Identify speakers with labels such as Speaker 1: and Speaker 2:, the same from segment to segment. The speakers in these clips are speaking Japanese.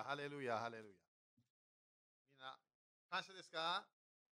Speaker 1: ヤ、ハレルヤ、ハレルヤ。みんな、感謝ですか？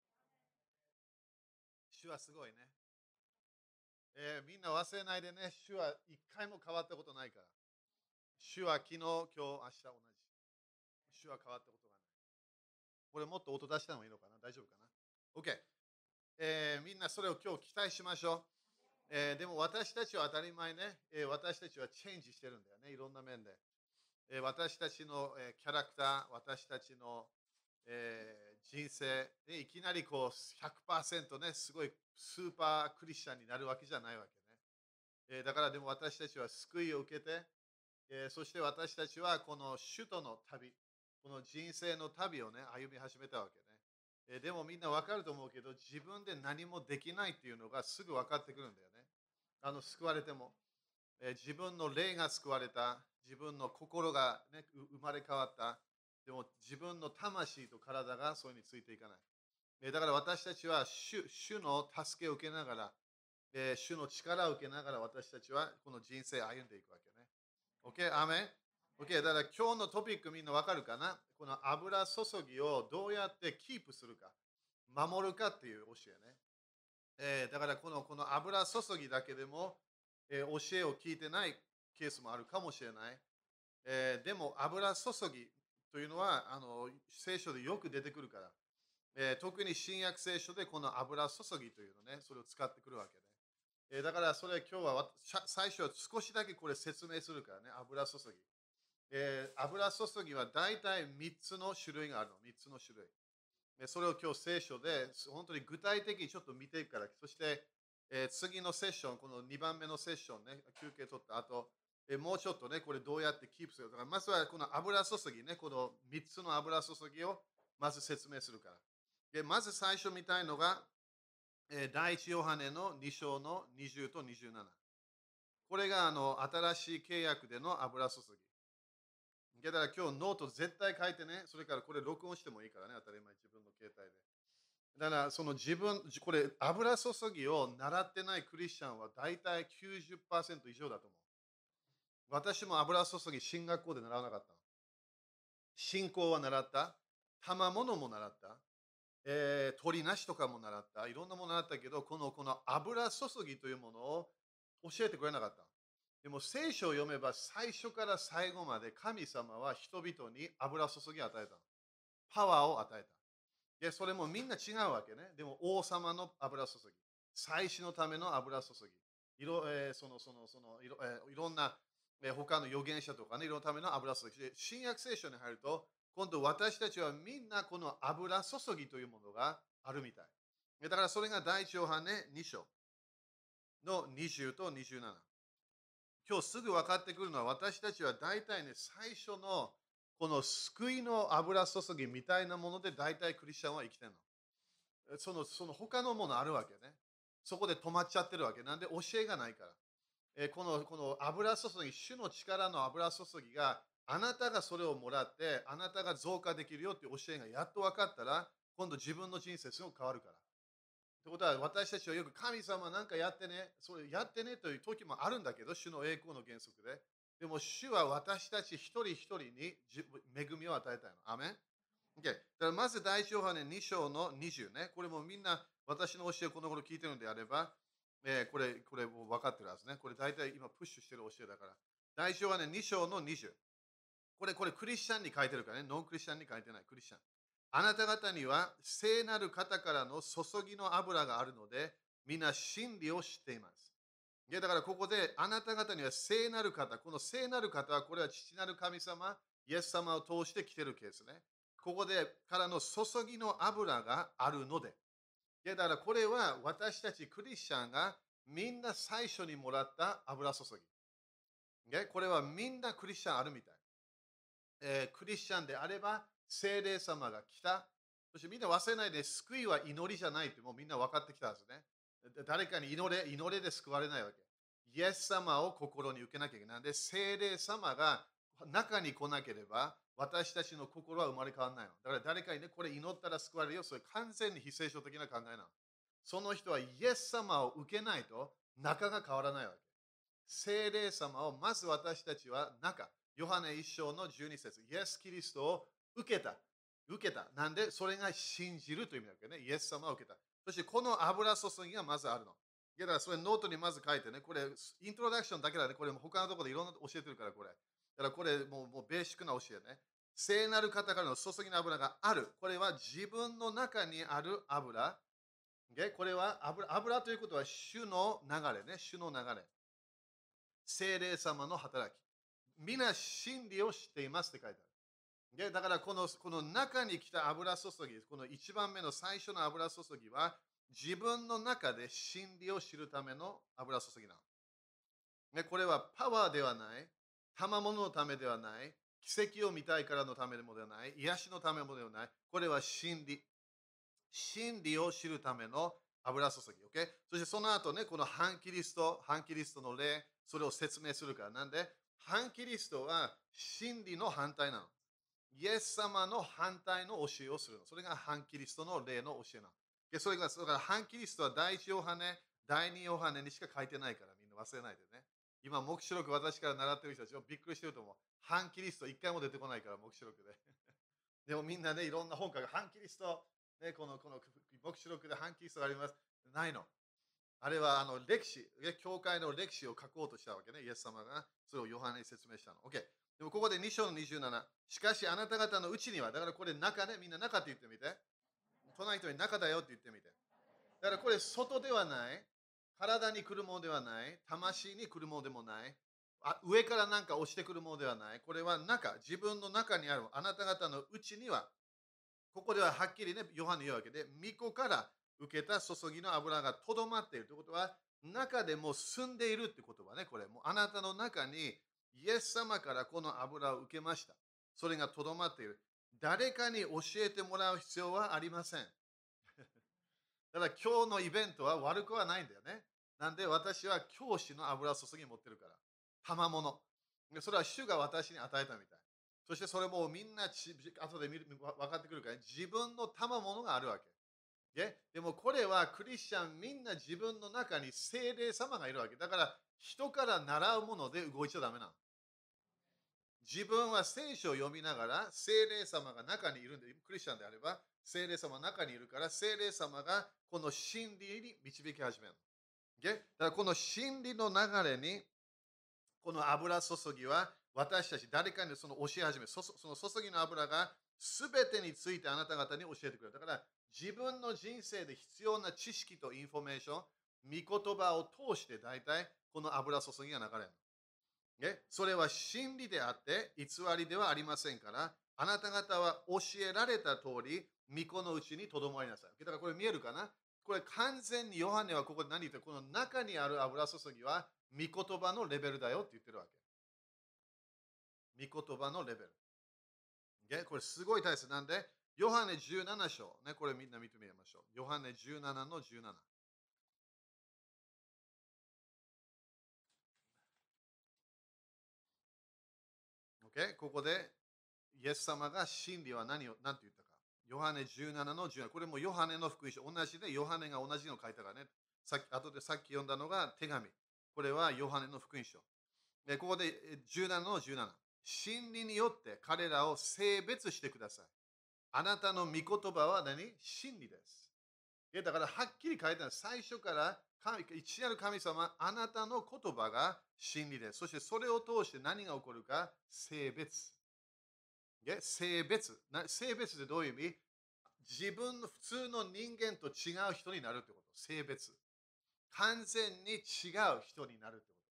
Speaker 1: 主はすごいね。みんな忘れないでね、主は一回も変わったことないから。主は昨日、今日、明日同じ。主は変わったことがない。これもっと音出した方がいいのかな？大丈夫かな？ OK、みんなそれを今日期待しましょう。でも私たちは当たり前ね、私たちはチェンジしてるんだよね、いろんな面で。私たちの、キャラクター、私たちの、人生、いきなりこう100%ね、すごいスーパークリスチャンになるわけじゃないわけね。だからでも私たちは救いを受けて、そして私たちはこの首都の旅、この人生の旅をね、歩み始めたわけね。でもみんなわかると思うけど、自分で何もできないっていうのがすぐ分かってくるんだよね。救われても。自分の霊が救われた、自分の心が、ね、生まれ変わった、でも自分の魂と体がそれについていかない。だから私たちは主の助けを受けながら、主の力を受けながら私たちはこの人生を歩んでいくわけね。OK? アーメン ?OK? だから今日のトピックみんなわかるかな？この油注ぎをどうやってキープするか、守るかっていう教えね。だからこの油注ぎだけでも、教えを聞いてないケースもあるかもしれない。でも油注ぎというのは聖書でよく出てくるから、特に新約聖書でこの油注ぎというのね、それを使ってくるわけで、だからそれ今日は最初は少しだけこれ説明するからね、油注ぎ。油注ぎは大体3つの種類があるの、3つの種類。それを今日聖書で本当に具体的にちょっと見ていくから、そして、次のセッション、この2番目のセッションね、休憩取った後、もうちょっとね、これどうやってキープするか。まずはこの油注ぎね、この3つの油注ぎをまず説明するから。まず最初見たいのが、第一ヨハネの2章の20と27。これが新しい契約での油注ぎ。だから今日ノート絶対書いてね、それからこれ録音してもいいからね、当たり前自分の携帯で。だからそのこれ油注ぎを習ってないクリスチャンは大体90%以上だと思う。私も油注ぎ進学校で習わなかった。信仰は習った。賜物も習った。鳥なしとかも習った。いろんなもの習ったけど、この油注ぎというものを教えてくれなかった。でも聖書を読めば最初から最後まで神様は人々に油注ぎを与えた。パワーを与えた。で、それもみんな違うわけね。でも王様の油注ぎ。祭司のための油注ぎ。いろんな、他の預言者とかね、いろんなための油注ぎ。で新約聖書に入ると、今度私たちはみんなこの油注ぎというものがあるみたい。だからそれが第一ヨハネ2章の20と27。今日すぐ分かってくるのは私たちは大体ね、最初のこの救いの油注ぎみたいなもので大体クリスチャンは生きてるの。その他のものあるわけね。そこで止まっちゃってるわけ。なんで教えがないから。この油注ぎ、主の力の油注ぎがあなたがそれをもらって、あなたが増加できるよっていう教えがやっと分かったら、今度自分の人生すごく変わるから。ってことは私たちはよく神様なんかやってね、それやってねという時もあるんだけど、主の栄光の原則で。でも主は私たち一人一人に恵みを与えたいの。アメン OK。だからまず第一ヨハネ2章の20ね。これもみんな私の教えをこの頃聞いてるのであれば、これもう分かってるはずね。これ大体今プッシュしてる教えだから。第一ヨハネ2章の20。これクリスチャンに書いてるからね。ノンクリスチャンに書いてない。クリスチャン。あなた方には聖なる方からの注ぎの油があるので、皆真理を知っています。だからここであなた方には聖なる方、この聖なる方はこれは父なる神様、イエス様を通して来てるケースね。ここでからの注ぎの油があるので。だからこれは私たちクリスチャンがみんな最初にもらった油注ぎ。これはみんなクリスチャンあるみたい。クリスチャンであれば聖霊様が来た。そしてみんな忘れないで、救いは祈りじゃないってもうみんな分かってきたはずね。誰かに祈れで救われないわけ。イエス様を心に受けなきゃいけない。で、聖霊様が中に来なければ、私たちの心は生まれ変わらないの。だから誰かにね、これ祈ったら救われるよ。それ完全に非聖書的な考えなの。その人はイエス様を受けないと中が変わらないわけ。聖霊様をまず私たちは中、 ヨハネ一章の12節。イエス・キリストを受けた。受けた。なんで、それが信じるという意味だけどね。イエス様を受けた。そして、この油注ぎがまずあるの。だから、それノートにまず書いてね。これ、イントロダクションだけだね。これ、他のところでいろんな教えてるから、これ。だから、これ、もうベーシックな教えね。聖なる方からの注ぎの油がある。これは自分の中にある油。これは油ということは主の流れね。主の流れ。聖霊様の働き。皆真理を知っていますって書いてある。だからこの中に来た油注ぎ、この一番目の最初の油注ぎは、自分の中で真理を知るための油注ぎなの。これはパワーではない、賜物のためではない、奇跡を見たいからのためでもではない、癒しのためもではない、これは真理。真理を知るための油注ぎ。Okay? そしてその後ね、この反キリストの例、それを説明するから。なんで、反キリストは真理の反対なの。イエス様の反対の教えをするの。それが反キリストの例の教えなの。それが、だから反キリストは第一ヨハネ、第二ヨハネにしか書いてないから、みんな忘れないでね。今、黙示録私から習ってる人たちはびっくりしてると思う。反キリスト一回も出てこないから、黙示録で。でもみんなね、いろんな本から反キリスト、ね、この黙示録で反キリストがあります。ないの。あれは歴史、教会の歴史を書こうとしたわけね。イエス様がそれをヨハネに説明したの。OK。でもここで2章の27。しかしあなた方のうちには、だからこれ中ね、みんな中って言ってみて。隣人に中だよって言ってみて。だからこれ外ではない。体に来るものではない。魂に来るものでもない。上からなんか押してくるものではない。これは中、自分の中にある。あなた方のうちには、ここでははっきりね、ヨハネ言うわけで、巫女から受けた注ぎの油がとどまっているということは、中でもう住んでいるって言葉ね、これ。もうあなたの中にイエス様からこの油を受けました。それがとどまっている。誰かに教えてもらう必要はありません。だから今日のイベントは悪くはないんだよね。なんで私は教師の油注ぎ持ってるから。賜物。それは主が私に与えたみたい。そしてそれもみんな後で分かってくるから、自分の賜物があるわけ。でもこれはクリスチャンみんな自分の中に聖霊様がいるわけ。だから人から習うもので動いちゃダメなの。自分は聖書を読みながら聖霊様が中にいるんで、クリスチャンであれば聖霊様が中にいるから聖霊様がこの真理に導き始める。だからこの真理の流れにこの油注ぎは私たち誰かにその教え始め、その注ぎの油が全てについてあなた方に教えてくれる。だから自分の人生で必要な知識とインフォメーション、御言葉を通して大体この油注ぎが流れる。それは真理であって偽りではありませんから、あなた方は教えられた通り、御子のうちにとどまりなさい。だからこれ見えるかな？これ完全にヨハネはここで何言ってる？この中にある油注ぎは御言葉のレベルだよって言ってるわけ。御言葉のレベル。これすごい大切なんで、ヨハネ17章、ね、これみんな見てみましょう。ヨハネ17の17。ここでイエス様が真理は何て言ったか。ヨハネ17の17。これもヨハネの福音書。同じで、ヨハネが同じの書いたからね。後でさっき読んだのが手紙。これはヨハネの福音書。ここで17の17。真理によって彼らを性別してください。あなたの御言葉は何？真理です。だからはっきり書いてある。最初から一なる神様、あなたの言葉が真理です。そしてそれを通して何が起こるか？性別。性別。性別ってどういう意味？自分の普通の人間と違う人になるってこと。性別。完全に違う人になるってこと。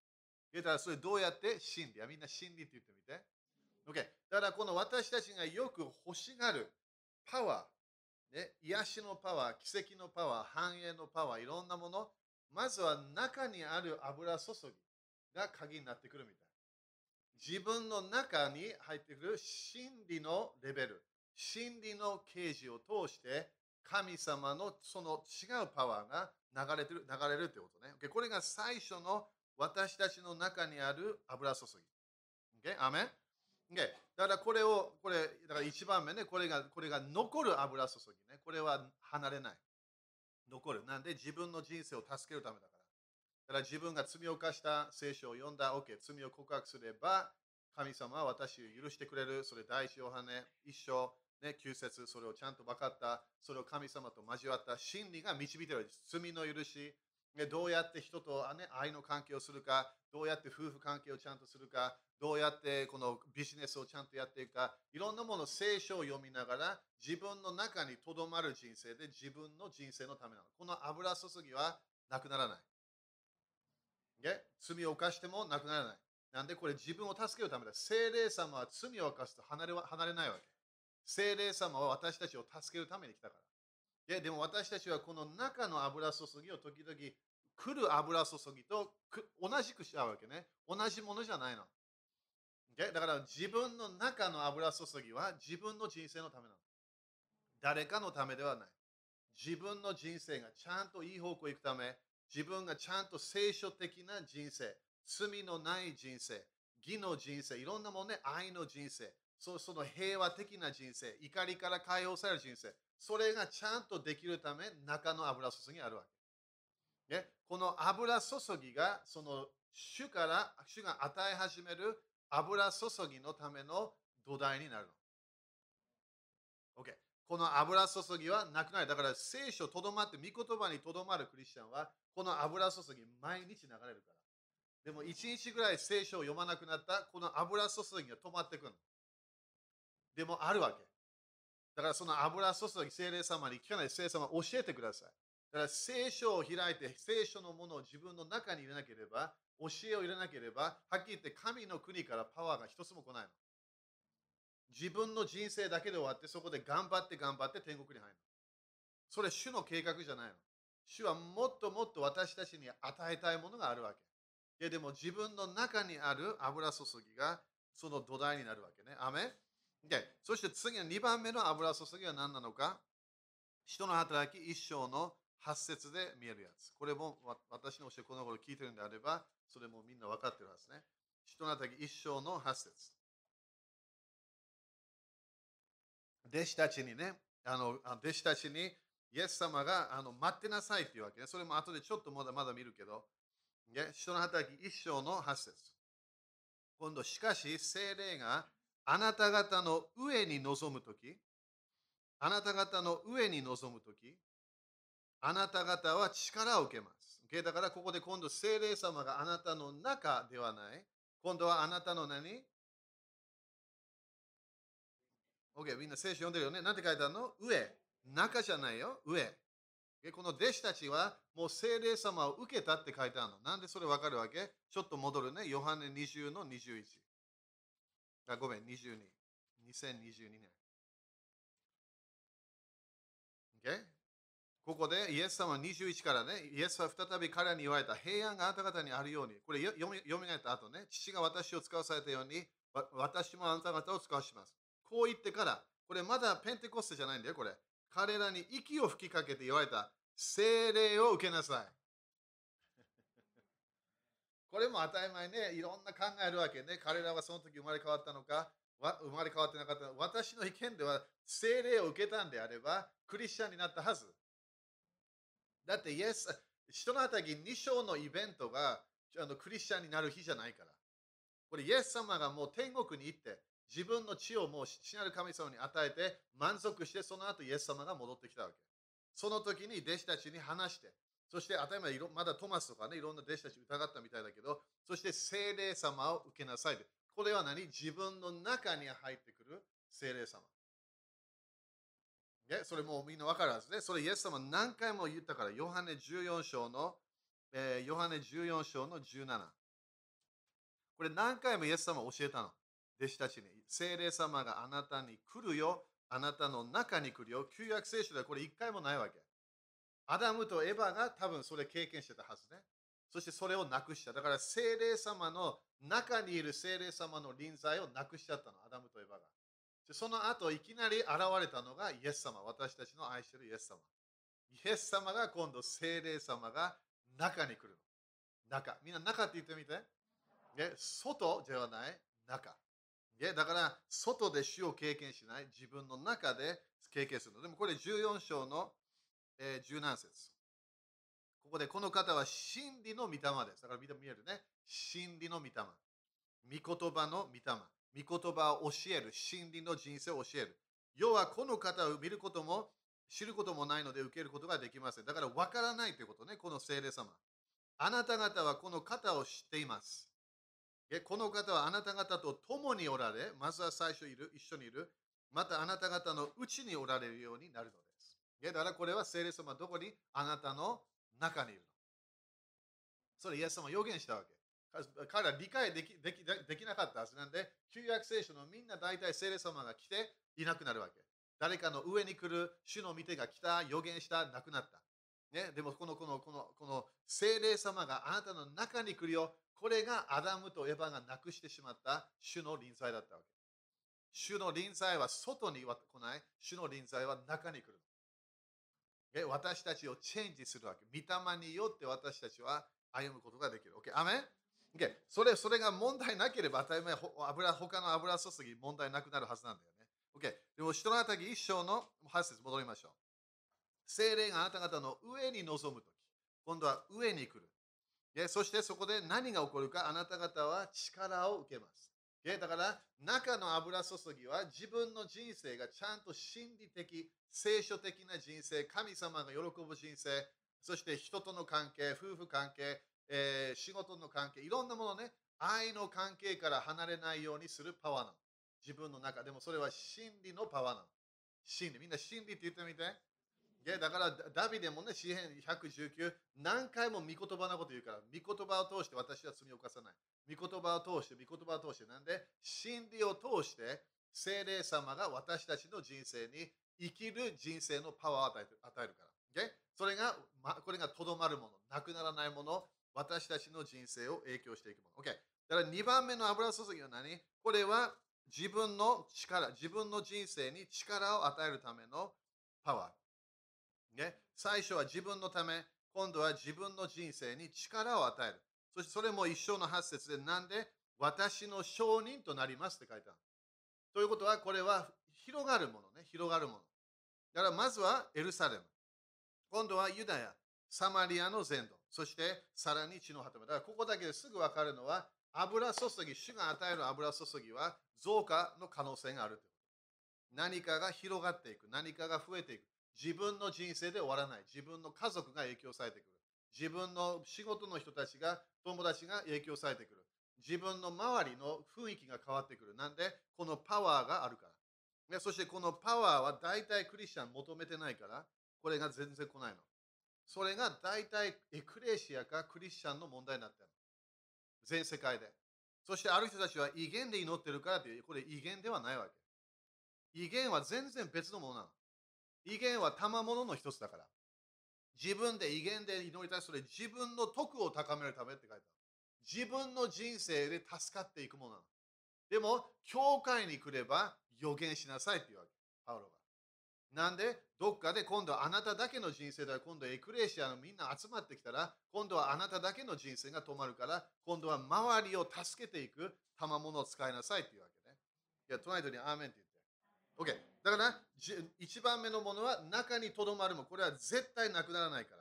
Speaker 1: だからそれどうやって真理？みんな真理って言ってみて。OK。だからこの私たちがよく欲しがるパワー、癒しのパワー、奇跡のパワー、繁栄のパワー、いろんなもの、まずは中にある油注ぎが鍵になってくるみたい。自分の中に入ってくる真理のレベル、真理の啓示を通して神様のその違うパワーが流れるってことね。これが最初の私たちの中にある油注ぎ。アメン。だからこれ、だから一番目ね、これが残る油注ぎね。これは離れない。残る。なんで自分の人生を助けるためだから。だから自分が罪を犯した聖書を読んだ、OK、罪を告白すれば、 神様は私を許してくれる。それ第一ヨハネ一章、ね、9節、それをちゃんと分かった。それを神様と交わった真理が導いている。罪の許し、どうやって人と、愛の関係をするか、どうやって夫婦関係をちゃんとするか、どうやってこのビジネスをちゃんとやっていくか、いろんなもの、聖書を読みながら、自分の中にとどまる人生で自分の人生のためなの。この油注ぎはなくならない。罪を犯してもなくならない。なんでこれ自分を助けるためだ。聖霊様は罪を犯すと離れないわけ。聖霊様は私たちを助けるために来たから。でも私たちはこの中の油注ぎを時々来る油注ぎと同じくしちゃうわけね。同じものじゃないの。だから自分の中の油注ぎは自分の人生のためなの。誰かのためではない。自分の人生がちゃんといい方向に行くため、自分がちゃんと聖書的な人生、罪のない人生、義の人生、いろんなものね、愛の人生、その平和的な人生、怒りから解放される人生、それがちゃんとできるため、中の油注ぎがあるわけ。この油注ぎが、その主が与え始める油注ぎのための土台になるの。OK。この油注ぎはなくなる。だから聖書とどまって、御言葉にとどまるクリスチャンは、この油注ぎ毎日流れるから。でも一日ぐらい聖書を読まなくなった、この油注ぎが止まってくるの。でもあるわけ。だからその油注ぎ、聖霊様に聞かない聖霊様教えてください。だから聖書を開いて、聖書のものを自分の中に入れなければ、教えを入れなければ、はっきり言って神の国からパワーが一つも来ないの。自分の人生だけで終わって、そこで頑張って天国に入るの。それ主の計画じゃないの。主はもっともっと私たちに与えたいものがあるわけ。でも自分の中にある油注ぎがその土台になるわけね。アメン。そして次の2番目の油注ぎは何なのか。人の働き一章の8節で見えるやつ。これも私の教えこの頃聞いてるんであれば、それもみんな分かってるはずね。人の働き一章の8節。弟子たちにね、弟子たちにイエス様が待ってなさいっていうわけね。それも後でちょっとまだ見るけど、人の働き一章の8節。今度、しかし聖霊があなた方の上に臨むとき、あなた方の上に臨むとき、あなた方は力を受けます。だからここで今度、聖霊様があなたの中ではない。今度はあなたの何？ OK、みんな聖書読んでるよね。なんて書いてあるの？上。中じゃないよ。上。この弟子たちはもう聖霊様を受けたって書いてあるの。なんでそれわかるわけ？ちょっと戻るね。ヨハネ20の21。ごめん、22。2022年。OK？ ここでイエス様は21からね、イエスは再び彼に言われた。平安があなた方にあるように。これ読み上げた後ね、父が私を使わされたように、私もあなた方を使わします。こう言ってから、これまだペンテコステじゃないんだよ、これ。彼らに息を吹きかけて言われた。聖霊を受けなさい。これも当たり前ね、いろんな考えあるわけね。彼らはその時生まれ変わったのか、生まれ変わってなかったのか。私の意見では、聖霊を受けたんであれば、クリスチャンになったはず。だって、人の働き2章のイベントがクリスチャンになる日じゃないから。これ、イエス様がもう天国に行って、自分の血をもう父なる神様に与えて、満足して、その後イエス様が戻ってきたわけ。その時に弟子たちに話して、そして当たり前まだトマスとかね、いろんな弟子たち疑ったみたいだけど、そして聖霊様を受けなさい。これは何？自分の中に入ってくる聖霊様。それもうみんな分かるはずね。それイエス様何回も言ったから、ヨハネ14章の、ヨハネ14章の17。これ何回もイエス様教えたの。弟子たちに。聖霊様があなたに来るよ。あなたの中に来るよ。旧約聖書ではこれ一回もないわけ。アダムとエヴァが多分それ経験してたはずね。そしてそれをなくした。だから聖霊様の中にいる聖霊様の臨在をなくしちゃったの。アダムとエヴァが。その後いきなり現れたのがイエス様。私たちの愛しているイエス様。イエス様が今度聖霊様が中に来るの。中。みんな中って言ってみて。外ではない中。だから外で死を経験しない。自分の中で経験するの。でもこれ14章の17節。ここでこの方は真理の御霊です。だから見えるね。真理の御霊。 御言葉の御霊。御言葉を教える。真理の人生を教える。要はこの方を見ることも知ることもないので受けることができません。だから分からないということね、この聖霊様。あなた方はこの方を知っています。この方はあなた方と共におられ、まずは最初いる、一緒にいる、またあなた方のうちにおられるようになるのです。だからこれは聖霊様どこにあなたの中にいるの。それイエス様は予言したわけ。彼ら理解できなかったはずなんで、旧約聖書のみんな大体聖霊様が来ていなくなるわけ。誰かの上に来る主の御手が来た、予言した、なくなった。でもこの聖霊様があなたの中に来るよ。これがアダムとエヴァがなくしてしまった主の臨在だったわけ。主の臨在は外に来ない。主の臨在は中に来る。私たちをチェンジするわけ。御霊によって私たちは歩むことができる。アメン、それが問題なければ当たり前、他の油注ぎ問題なくなるはずなんだよね。でも、人のたき一章の8節戻りましょう。聖霊があなた方の上に臨むとき、今度は上に来る。そしてそこで何が起こるか、あなた方は力を受けます。だから中の油注ぎは自分の人生がちゃんと心理的、聖書的な人生、神様が喜ぶ人生、そして人との関係、夫婦関係、仕事の関係、いろんなものね、愛の関係から離れないようにするパワーなの。自分の中でもそれは真理のパワーなの。真理。みんな真理って言ってみて。だからダビデもね、詩編119、何回も御言葉のこと言うから、御言葉を通して私は罪を犯さない。御言葉を通して、御言葉を通して、なんで、真理を通して、聖霊様が私たちの人生に生きる人生のパワーを与えるから。それが、これがとどまるもの、なくならないもの、私たちの人生を影響していくもの。だから2番目の油注ぎは何？これは自分の力、自分の人生に力を与えるためのパワー。最初は自分のため、今度は自分の人生に力を与える。そしてそれも一章の8節で、なんで私の証人となりますって書いてある。ということは、これは広がるものね、広がるもの。だからまずはエルサレム。今度はユダヤ、サマリアの全土。そしてさらに地の果てまで。だからここだけですぐ分かるのは、油注ぎ、主が与える油注ぎは増加の可能性があるということ。何かが広がっていく、何かが増えていく。自分の人生で終わらない。自分の家族が影響されてくる。自分の仕事の人たちが、友達が影響されてくる。自分の周りの雰囲気が変わってくる。なんで、このパワーがあるから。そしてこのパワーは大体クリスチャン求めてないから、これが全然来ないの。それが大体エクレシアかクリスチャンの問題になってるの。全世界で。そしてある人たちは威厳で祈ってるからって、これ威厳ではないわけ。威厳は全然別のものなの。威厳は賜物の一つだから。自分で威厳で祈りたい。それ自分の徳を高めるためって書いてある。自分の人生で助かっていくものなの。でも、教会に来れば予言しなさいって言うわけ。パウロが。なんで、どっかで今度はあなただけの人生だ。今度エクレシアのみんな集まってきたら、今度はあなただけの人生が止まるから、今度は周りを助けていく賜物を使いなさいって言うわけね。いや、隣人にアーメンって言って。OK。だから、一番目のものは中にとどまるも、これは絶対なくならないから。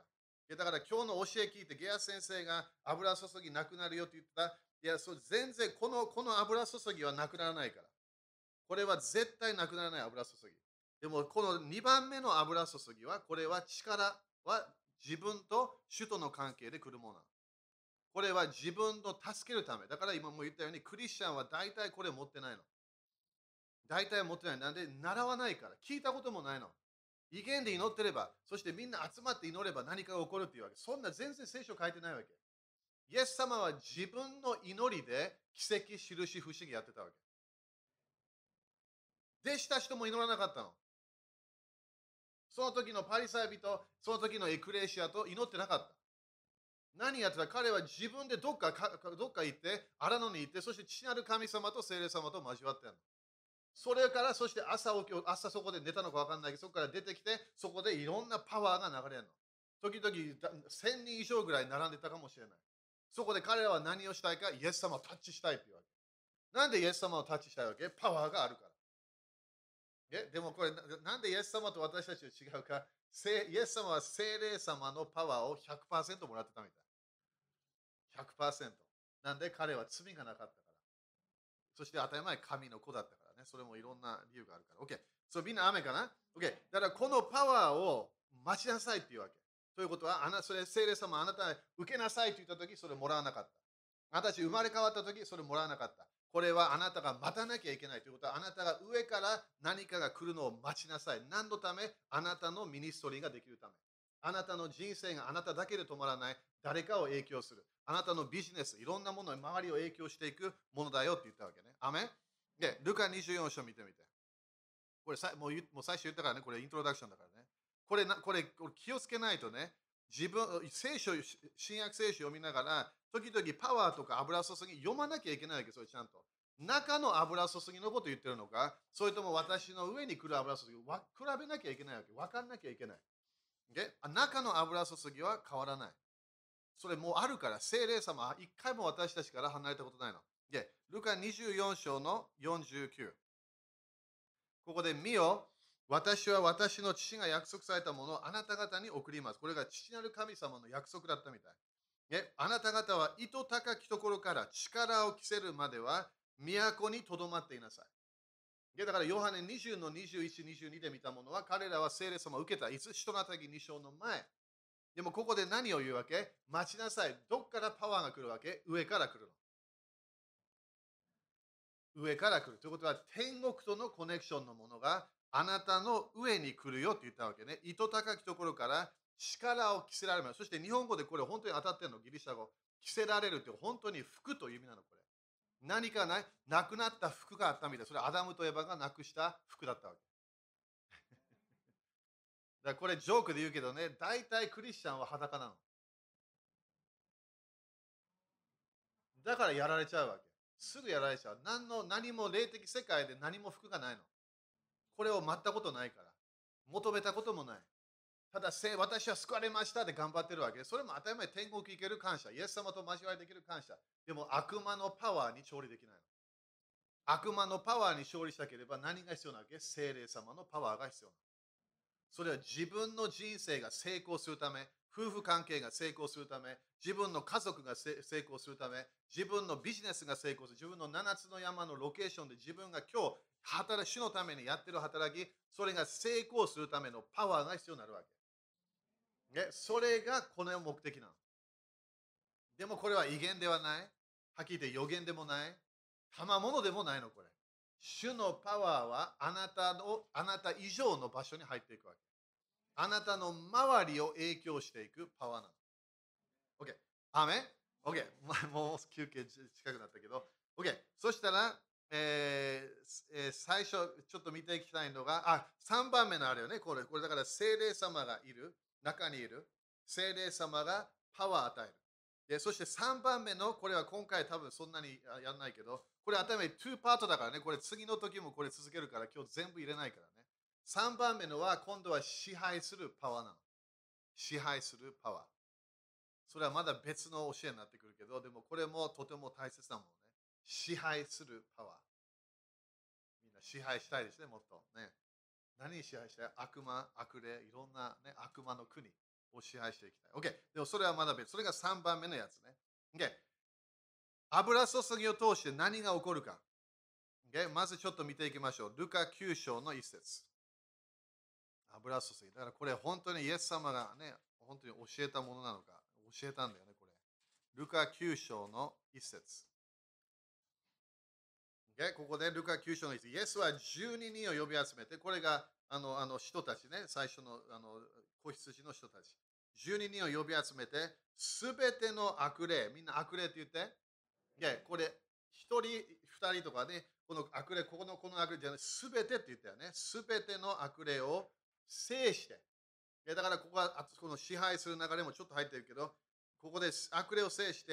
Speaker 1: だから今日の教え聞いて、ゲア先生が油注ぎなくなるよって言ったら、いや、それ全然この油注ぎはなくならないから。これは絶対なくならない油注ぎ。でも、この2番目の油注ぎは、これは力は自分と主との関係で来るもの。これは自分の助けるため。だから今も言ったように、クリスチャンは大体これ持ってないの。大体持ってない。なんで、習わないから。聞いたこともないの。威厳で祈ってれば、そしてみんな集まって祈れば何かが起こるっていうわけ。そんな全然聖書書いてないわけ。イエス様は自分の祈りで奇跡、印、不思議やってたわけ。弟子たちとも祈らなかったの。その時のパリサイ人、その時のエクレシアと祈ってなかった。何やってた？彼は自分でどっか行って、荒野に行って、そして父なる神様と聖霊様と交わってんの。それから、そして朝そこで寝たのか分かんないけど、そこから出てきて、そこでいろんなパワーが流れるの。時々1000人以上ぐらい並んでたかもしれない。そこで彼らは何をしたいか、イエス様をタッチしたいっていうわけ。なんでイエス様をタッチしたいわけ？パワーがあるから。でもこれ、なんでイエス様と私たちは違うか？イエス様は聖霊様のパワーを 100% もらってたみたい。100%。なんで彼は罪がなかったから。 そして当たり前神の子だったからね。それもいろんな理由があるから。OK。そう、みんな雨かな？ OK。だからこのパワーを待ちなさいっていうわけ。ということは、それ聖霊様あなた受けなさいと言ったとき、それもらわなかった。あなたたち生まれ変わったとき、それもらわなかった。これはあなたが待たなきゃいけないということは、あなたが上から何かが来るのを待ちなさい。何のため？あなたのミニストリーができるため。あなたの人生があなただけで止まらない。誰かを影響する。あなたのビジネス、いろんなものに周りを影響していくものだよって言ったわけね。アメンで、ルカ24章見てみて。これもう最初言ったからね、これイントロダクションだからね。これ気をつけないとね、聖書、新約聖書読みながら、時々パワーとか油注ぎ読まなきゃいけないわけ、それちゃんと。中の油注ぎのこと言ってるのか、それとも私の上に来る油注ぎ、比べなきゃいけないわけ。分かんなきゃいけない。中の油注ぎは変わらない。それもうあるから、聖霊様は一回も私たちから離れたことないの。ルカ24章の49。ここで見よ、私は私の父が約束されたものをあなた方に送ります。これが父なる神様の約束だったみたい。あなた方は糸高きところから力を着せるまでは都にとどまっていなさい。だからヨハネ20の21、22で見たものは彼らは聖霊様を受けた。いつ人のたぎ2章の前。でもここで何を言うわけ？待ちなさい。どっからパワーが来るわけ？上から来るの。上から来る。ということは天国とのコネクションのものがあなたの上に来るよって言ったわけね。糸高きところから力を着せられます。そして日本語でこれ本当に当たってるの、ギリシャ語。着せられるって本当に服という意味なの、これ。何かない、なくなった服があったみたい。それアダムとエバがなくした服だったわけ。だからこれジョークで言うけどね、大体クリスチャンは裸なの。だからやられちゃうわけ。すぐやられちゃう。何も霊的世界で何も服がないの。これを待ったことないから。求めたこともない。ただ、私は救われましたで頑張ってるわけ。それも当たり前、天国行ける感謝。イエス様と交わりできる感謝。でも悪魔のパワーに勝利できないの。悪魔のパワーに勝利したければ何が必要なわけ？聖霊様のパワーが必要なの。それは自分の人生が成功するため、夫婦関係が成功するため、自分の家族が成功するため、自分のビジネスが成功する、自分の7つの山のロケーションで自分が今日主のためにやってる働き、それが成功するためのパワーが必要になるわけ。それがこの目的なの。でもこれは威厳ではない。はっきり言って予言でもない。賜物でもないの、これ。主のパワーはあなた以上の場所に入っていくわけ。あなたの周りを影響していくパワーなの。OK。アーメン ?OK。もう休憩近くなったけど。OK。そしたら、最初ちょっと見ていきたいのが、3番目のあれよね。これだから聖霊様がいる。中にいる。聖霊様がパワーを与える。そして3番目の、これは今回多分そんなにやらないけど、これ頭に2パートだからね、これ次の時もこれ続けるから今日全部入れないからね。3番目のは今度は支配するパワーなの。支配するパワー。それはまだ別の教えになってくるけど、でもこれもとても大切なものね。支配するパワー。みんな支配したいですね、もっと。ね。何に支配したい？悪魔、悪霊、いろんな、ね、悪魔の国を支配していきたい。OK。でもそれはまだ別。それが3番目のやつね。OK。油注ぎを通して何が起こるか。OK。まずちょっと見ていきましょう。ルカ9章の一節。油注ぎ。だからこれ本当にイエス様がね、本当に教えたものなのか。教えたんだよね、これ。ルカ9章の一節。ここでルカ9章の一節。イエスは12人を呼び集めて、これが人たちね、最初の子羊の人たち。12人を呼び集めて、すべての悪霊、みんな悪霊って言って。これ、1人、2人とかね、この悪霊、この悪霊じゃない、すべてって言ったよね。すべての悪霊を制して。だからここはこの支配する流れもちょっと入ってるけど、ここで悪霊を制して、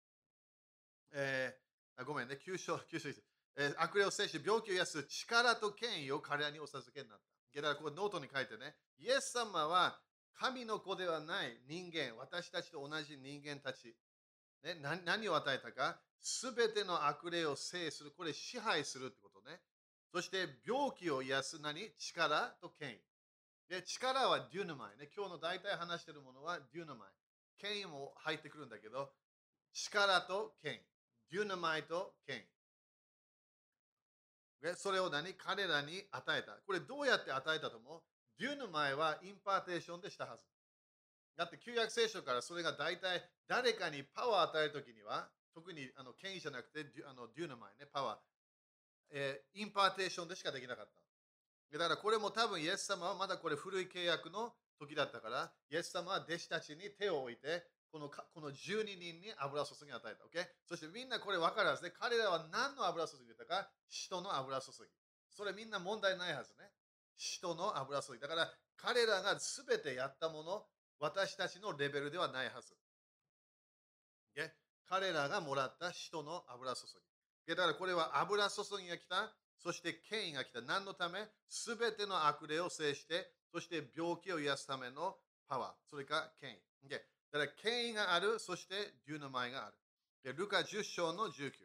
Speaker 1: ごめんね、9章です。悪霊を制して病気を癒す力と権威を彼らにお授けになった。だからここノートに書いてね、イエス様は神の子ではない人間、私たちと同じ人間たち。ね、何を与えたか、すべての悪霊を制する、これ支配するってことね。そして病気を癒す力と権威。力はデュナマイね。今日の大体話しているものはデュナマイ。権威も入ってくるんだけど、力と権威。デュナマイと権威。 それを彼らに与えた。これどうやって与えたと思う？デューの前はインパーテーションでしたはず。だって旧約聖書からそれが大体誰かにパワーを与えるときには、特に権威じゃなくてデュの前ね、パワー、インパーテーションでしかできなかった。だからこれも多分イエス様はまだこれ古い契約の時だったから、イエス様は弟子たちに手を置いて、この12人に油注ぎを与えた。Okay？ そしてみんなこれ分かるはずで、彼らは何の油注ぎだったか、使徒の油注ぎ。それみんな問題ないはずね。使徒の油注ぎ。だから彼らが全てやったもの、私たちのレベルではないはず。Okay？ 彼らがもらった使徒の油注ぎ。だからこれは油注ぎが来た。そして権威が来た。何のため？すべての悪霊を制して、そして病気を癒すためのパワー。それか権威。だから権威がある。そしてデュナマイがある。ルカ10章の19。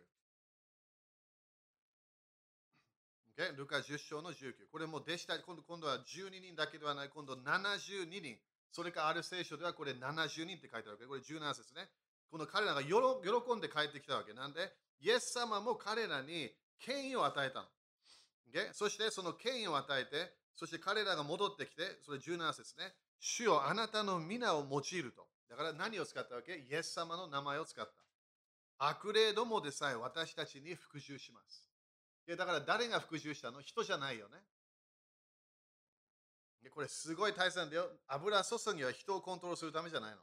Speaker 1: ルカ10章の19。これも弟子たち、今度は12人だけではない。今度72人。それかある聖書ではこれ70人って書いてあるわけ。これ17節ね。この彼らが喜んで帰ってきたわけ。なんで、イエス様も彼らに権威を与えたの。そしてその権威を与えて、そして彼らが戻ってきて、それ17節ね。主よあなたの皆を用いると。だから何を使ったわけ？イエス様の名前を使った。悪霊どもでさえ私たちに復讐します。だから誰が復讐したの？人じゃないよね。これすごい大切なんだよ。油注ぎは人をコントロールするためじゃないの。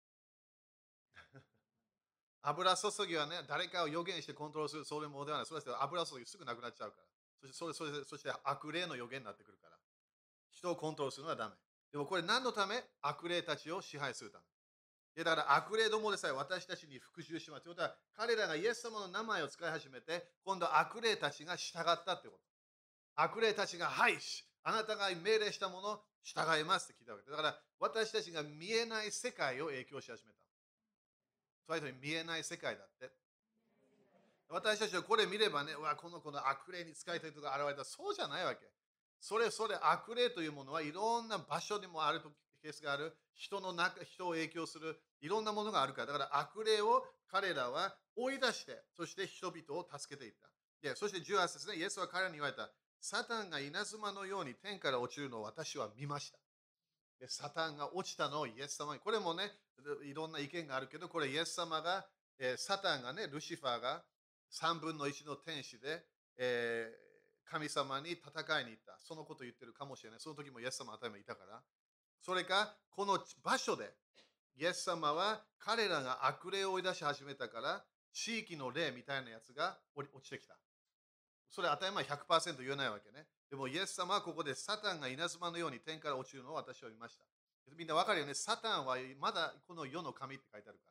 Speaker 1: 油注ぎはね、誰かを予言してコントロールする、それもではない。それは油注ぎすぐなくなっちゃうから。そして悪霊の予言になってくるから。人をコントロールするのはダメ。でもこれ何のため？悪霊たちを支配するため。だから悪霊どもでさえ私たちに復讐します。ということは彼らがイエス様の名前を使い始めて、今度悪霊たちが従ったってこと。悪霊たちが、はい、あなたが命令したものを従いますって聞いたわけ。だから私たちが見えない世界を影響し始めた。それと見えない世界だって。私たちはこれ見ればね、この悪霊に使いたいとか現れた。そうじゃないわけ。それ悪霊というものはいろんな場所でもあるケースがある。人を影響するいろんなものがあるから。だから悪霊を彼らは追い出して、そして人々を助けていった。そして18節ね、イエスは彼らに言われた。サタンが稲妻のように天から落ちるのを私は見ました。サタンが落ちたのをイエス様に、これもね、いろんな意見があるけど、これイエス様が、サタンがね、ルシファーが3分の1の天使で、神様に戦いに行った。そのことを言ってるかもしれない。その時もイエス様は頭にいたから。それか、この場所で、イエス様は彼らが悪霊を追い出し始めたから、地域の霊みたいなやつが落ちてきた。それ当たり前100%言えないわけね。でも、イエス様はここでサタンが稲妻のように天から落ちるのを私は見ました。みんなわかるよね。サタンはまだこの世の神って書いてあるから。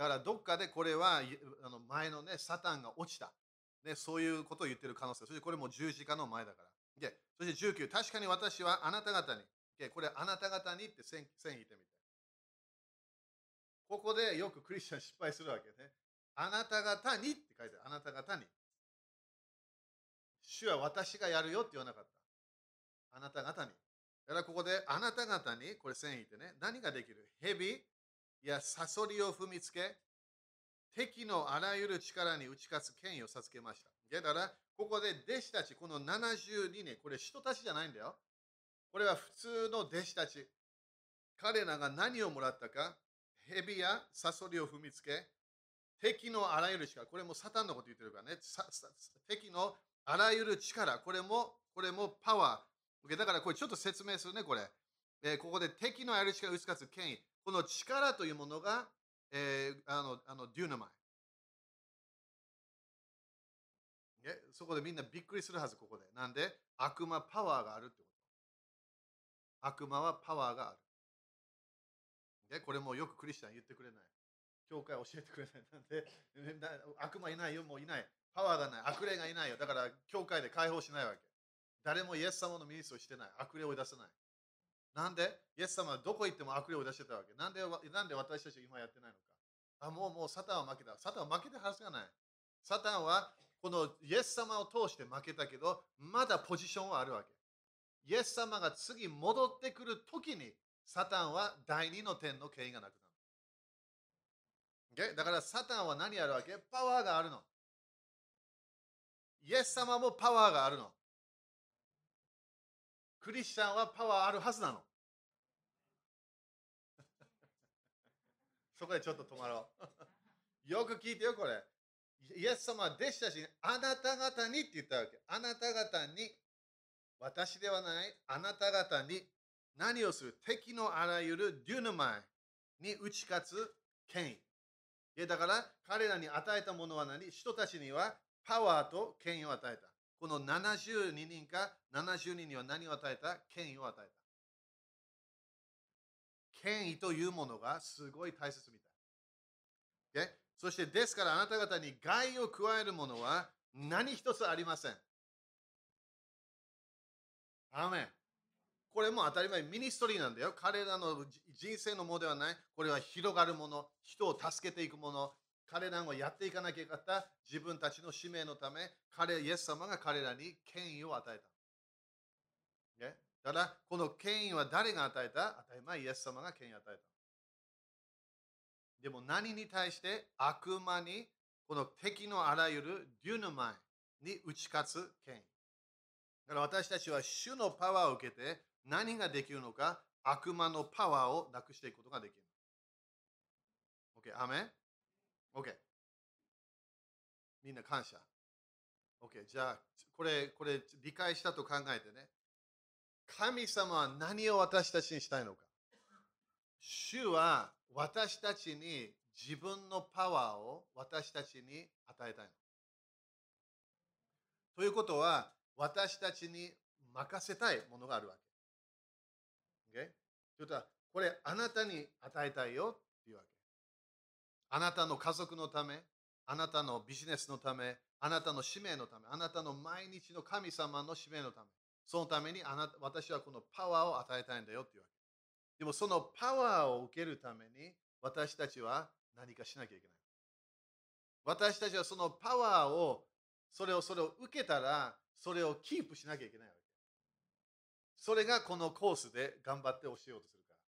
Speaker 1: だからどっかでこれは前のね、サタンが落ちた。ね、そういうことを言ってる可能性。そしてこれも十字架の前だから。そして19、確かに私はあなた方に、これあなた方にって線引いてみて。ここでよくクリスチャン失敗するわけね。あなた方にって書いてある。あなた方に。主は私がやるよって言わなかった。あなた方に。だからここであなた方に、これ線引いてね、何ができる？蛇やサソリを踏みつけ、敵のあらゆる力に打ち勝つ権威を授けました。だから、ここで弟子たち、この72人、これ人たちじゃないんだよ。これは普通の弟子たち。彼らが何をもらったか、蛇やサソリを踏みつけ、敵のあらゆる力、これもサタンのこと言ってるからね、敵のあらゆる力、これもパワー。だからこれちょっと説明するね、これ。ここで敵のあらゆる力を打ち勝つ権威。この力というものが、デュナマイ。そこでみんなびっくりするはず、ここで。なんで、悪魔パワーがあるってこと。悪魔はパワーがある。これもよくクリスチャン言ってくれない。教会教えてくれない。なんで、悪魔いないよ、もういない。パワーがない。悪霊がいないよ。だから、教会で解放しないわけ。誰もイエス様のミニストをしてない。悪霊を出さない。なんで、イエス様はどこ行っても悪霊を出してたわけ。なんで私たち今やってないのか。もうサタンは負けた。サタンは負けたはずがない。サタンはこのイエス様を通して負けたけど、まだポジションはあるわけ。イエス様が次戻ってくるときに、サタンは第二の天の権威がなくなる。だからサタンは何やるわけ？パワーがあるの。 イエス様もパワーがあるの。クリスチャンはパワーあるはずなの。そこでちょっと止まろう。よく聞いてよ、これ。イエス様は弟子たちに、あなた方にって言ったわけ。あなた方に、私ではない、あなた方に何をする？敵のあらゆるデュナマイに打ち勝つ権威。だから彼らに与えたものは何？人たちにはパワーと権威を与えた。この72人か70人には何を与えた？権威を与えた。権威というものがすごい大切みたい。そしてですからあなた方に害を加えるものは何一つありません。アーメン。これも当たり前、ミニストリーなんだよ。彼らの人生のものではない。これは広がるもの、人を助けていくもの、彼らがやっていかなきゃいけない自分たちの使命のため、イエス様が彼らに権威を与えた。だから、この権威は誰が与えた？当たり前、イエス様が権威を与えた。でも何に対して悪魔にこの敵のあらゆるデュナマイに打ち勝つ権威。だから私たちは主のパワーを受けて何ができるのか、悪魔のパワーをなくしていくことができる。OK、アメン ?OK。みんな感謝。OK、じゃあ、これ理解したと考えてね。神様は何を私たちにしたいのか。主は私たちに自分のパワーを私たちに与えたいの。ということは、私たちに任せたいものがあるわけ。Okay？ ということは、これあなたに与えたいよっていうわけ。あなたの家族のため、あなたのビジネスのため、あなたの使命のため、あなたの毎日の神様の使命のため、そのために私はこのパワーを与えたいんだよっていうわけ。でもそのパワーを受けるために私たちは何かしなきゃいけない。私たちはそのパワーを、それを受けたら、それをキープしなきゃいけないわけ。それがこのコースで頑張って教えようとするから。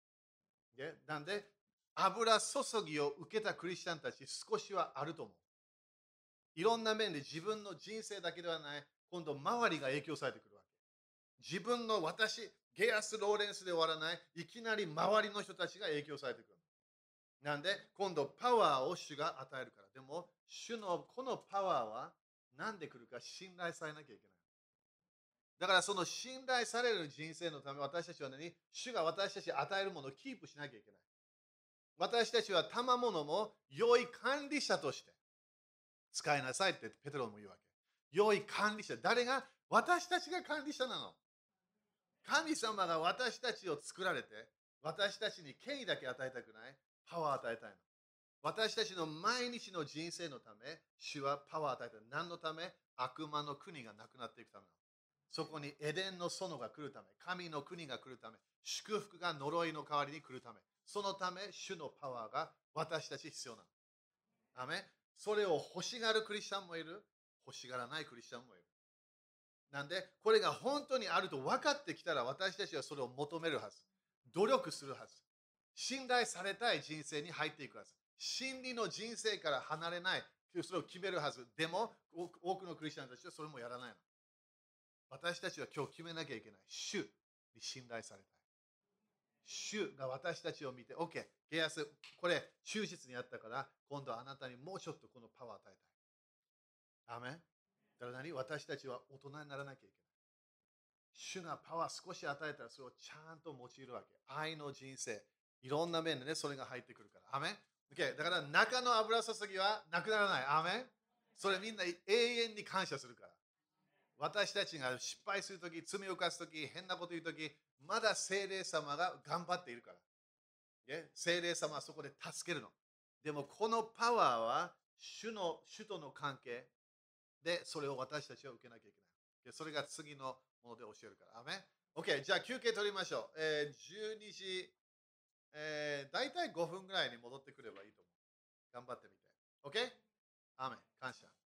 Speaker 1: なんで、油注ぎを受けたクリスチャンたち少しはあると思う。いろんな面で自分の人生だけではない、今度周りが影響されてくるわけ。自分のゲアス・ローレンスで終わらない、いきなり周りの人たちが影響されてくる。なんで、今度パワーを主が与えるから。でも、主のこのパワーは何で来るか信頼されなきゃいけない。だからその信頼される人生のため、私たちは何？主が私たちに与えるものをキープしなきゃいけない。私たちは賜物も良い管理者として使いなさいってペテロも言うわけ。良い管理者。誰が？私たちが管理者なの。神様が私たちを作られて、私たちに権威だけ与えたくない、パワーを与えたいの。私たちの毎日の人生のため、主はパワーを与えたい。何のため？悪魔の国がなくなっていくための。そこにエデンの園が来るため、神の国が来るため、祝福が呪いの代わりに来るため、そのため、主のパワーが私たち必要なの。アメン。それを欲しがるクリスチャンもいる、欲しがらないクリスチャンもいる。なんで、これが本当にあると分かってきたら、私たちはそれを求めるはず。努力するはず。信頼されたい人生に入っていくはず。真理の人生から離れない、それを決めるはず。でも、多くのクリスチャンたちはそれもやらないの。私たちは今日決めなきゃいけない。主に信頼されたい。主が私たちを見て、OK、ゲアス、これ忠実にやったから、今度はあなたにもうちょっとこのパワーを与えたい。アーメン。だから何？私たちは大人にならなきゃいけない。主がパワー少し与えたらそれをちゃんと用いるわけ。愛の人生。いろんな面でね、それが入ってくるから。アーメン。OK。だから中の油注ぎはなくならない。アーメン。それみんな永遠に感謝するから。私たちが失敗するとき、罪を犯すとき、変なこと言うとき、まだ聖霊様が頑張っているから。聖霊様はそこで助けるの。でもこのパワーは主との関係でそれを私たちは受けなきゃいけない。それが次のもので教えるから。アメン。OK、じゃあ休憩取りましょう。12時、大体5分ぐらいに戻ってくればいいと思う。頑張ってみて。OK？ アメン。感謝。